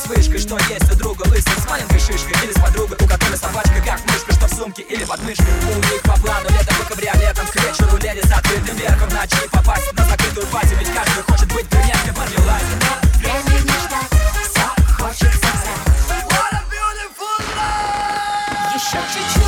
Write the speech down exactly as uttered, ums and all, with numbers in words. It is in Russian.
с вышкой, что есть у друга лысый с маленькой шишкой, или с подругой, у которой собачка как мышка, что в сумке или под мышкой. У них по плану летом по кабриолетам, к вечеру леди с открытым верхом, в ночи попасть на закрытую пати, ведь каждый хочет быть брюнеткой под Елайзой. Времени ждать, все хочется знать. What a beautiful life! Еще чуть-чуть.